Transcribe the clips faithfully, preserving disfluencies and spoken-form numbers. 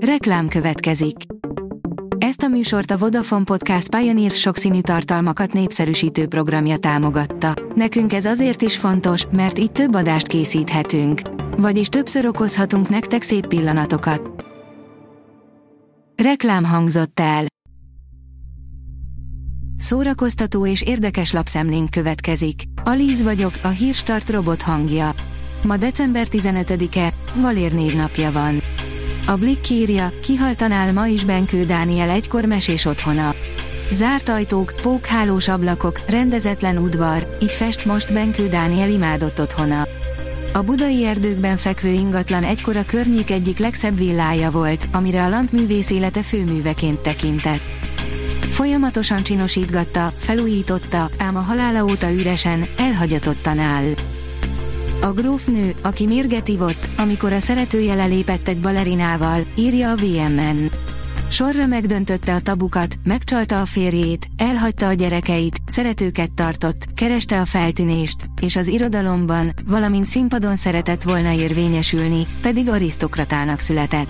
Reklám következik. Ezt a műsort a Vodafone Podcast Pioneer sokszínű tartalmakat népszerűsítő programja támogatta. Nekünk ez azért is fontos, mert így több adást készíthetünk. Vagyis többször okozhatunk nektek szép pillanatokat. Reklám hangzott el. Szórakoztató és érdekes lapszemlénk következik. Alíz vagyok, a Hírstart robot hangja. Ma december tizenötödike, Valér névnapja van. A Blick írja, kihaltan áll ma is Benkő Dániel egykor mesés otthona. Zárt ajtók, pókhálós ablakok, rendezetlen udvar, így fest most Benkő Dániel imádott otthona. A budai erdőkben fekvő ingatlan egykor a környék egyik legszebb villája volt, amire a landművész élete főműveként tekintett. Folyamatosan csinosítgatta, felújította, ám a halála óta üresen, elhagyatottan áll. A grófnő, aki mérget ivott, amikor a szeretője lelépett egy balerinával, írja a vé em en. Sorra megdöntötte a tabukat, megcsalta a férjét, elhagyta a gyerekeit, szeretőket tartott, kereste a feltűnést, és az irodalomban, valamint színpadon szeretett volna érvényesülni, pedig arisztokratának született.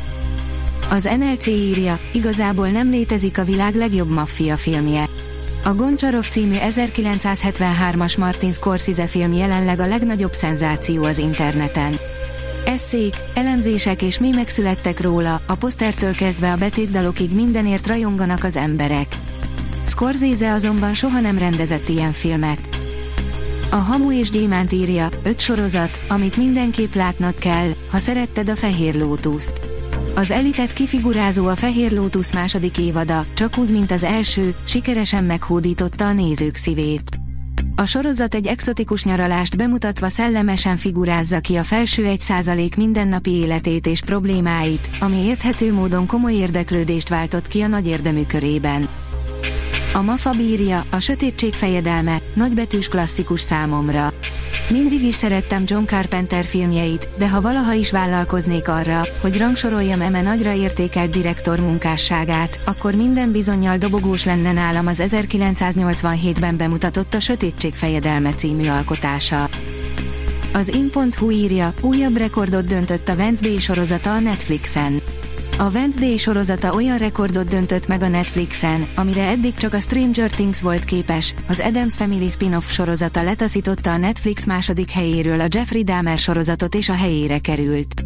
Az en el cé írja, igazából nem létezik a világ legjobb maffia filmje. A Goncsarov című ezerkilencszázhetvenhármas Martin Scorsese film jelenleg a legnagyobb szenzáció az interneten. Esszék, elemzések és mémek születtek róla, a posztertől kezdve a betétdalokig mindenért rajonganak az emberek. Scorsese azonban soha nem rendezett ilyen filmet. A Hamu és Gyémánt írja, öt sorozat, amit mindenképp látnod kell, ha szeretted a Fehér Lótuszt. Az elitet kifigurázó a Fehér Lótusz második évada, csak úgy, mint az első, sikeresen meghódította a nézők szívét. A sorozat egy exotikus nyaralást bemutatva szellemesen figurázza ki a felső egy százalék mindennapi életét és problémáit, ami érthető módon komoly érdeklődést váltott ki a nagy érdemű körében. A Mafab írja, a sötétség fejedelme, nagybetűs klasszikus számomra. Mindig is szerettem John Carpenter filmjeit, de ha valaha is vállalkoznék arra, hogy rangsoroljam eme nagyra értékelt direktor munkásságát, akkor minden bizonnyal dobogós lenne nálam az ezerkilencszáznyolcvanhétben bemutatott a Sötétség fejedelme című alkotása. Az in pont hu írja, újabb rekordot döntött a Wednesday sorozata a Netflixen. A Wednesday sorozata olyan rekordot döntött meg a Netflixen, amire eddig csak a Stranger Things volt képes, az Addams Family spin-off sorozata letaszította a Netflix második helyéről a Jeffrey Dahmer sorozatot és a helyére került.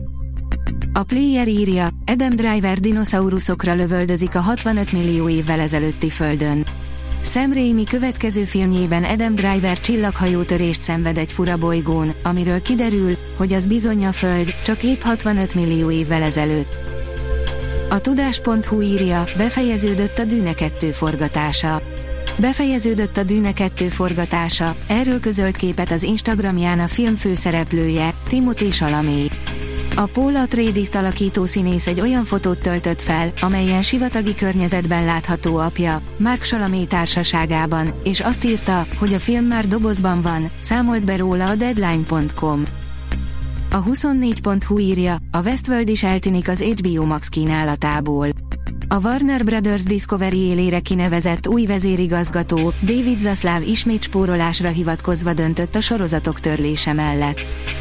A Player írja, Adam Driver dinoszauruszokra lövöldözik a hatvanöt millió évvel ezelőtti Földön. Sam Raimi következő filmjében Adam Driver csillaghajótörést szenved egy fura bolygón, amiről kiderül, hogy az bizony a Föld, csak épp hatvanöt millió évvel ezelőtt. A tudás pont hu írja, befejeződött a Dűne kettő forgatása. Befejeződött a Dűne kettő forgatása, erről közölt képet az Instagramján a film főszereplője, Timothée Chalamet. A Paul Atreides alakító színész egy olyan fotót töltött fel, amelyen sivatagi környezetben látható apja, Mark Chalamet társaságában, és azt írta, hogy a film már dobozban van, számolt be róla a deadline pont com. A huszonnégy pont hu írja, a Westworld is eltűnik az há bé o Max kínálatából. A Warner Brothers Discovery élére kinevezett új vezérigazgató, David Zaslav ismét spórolásra hivatkozva döntött a sorozatok törlése mellett.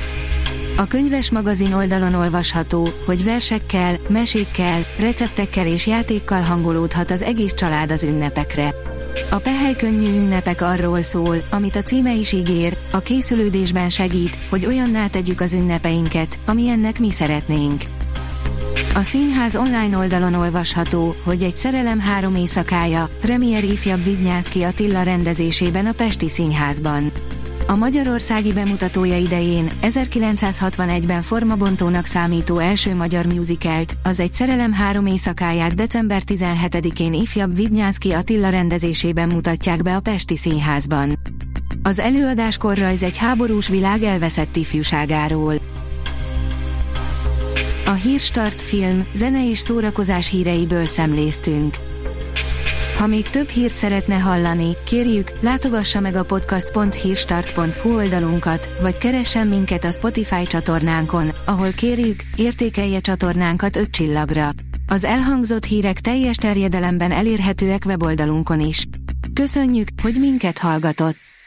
A könyves magazin oldalon olvasható, hogy versekkel, mesékkel, receptekkel és játékkal hangolódhat az egész család az ünnepekre. A Pehely könnyű ünnepek arról szól, amit a címe is ígér, a készülődésben segít, hogy olyanná tegyük az ünnepeinket, amilyennek mi szeretnénk. A színház online oldalon olvasható, hogy egy szerelem három éjszakája, premier ifjabb Vidnyánszky Attila rendezésében a Pesti Színházban. A magyarországi bemutatója idején, ezerkilencszázhatvanegyben formabontónak számító első magyar musicalt, az Egy szerelem három éjszakáját december tizenhetedikén ifjabb Vidnyánszky Attila rendezésében mutatják be a Pesti Színházban. Az előadás korrajz egy háborús világ elveszett ifjúságáról. A Hírstart film, zene és szórakozás híreiből szemléztünk. Ha még több hírt szeretne hallani, kérjük, látogassa meg a podcast pont hírstart pont hu oldalunkat, vagy keressen minket a Spotify csatornánkon, ahol kérjük, értékelje csatornánkat öt csillagra. Az elhangzott hírek teljes terjedelemben elérhetőek weboldalunkon is. Köszönjük, hogy minket hallgatott!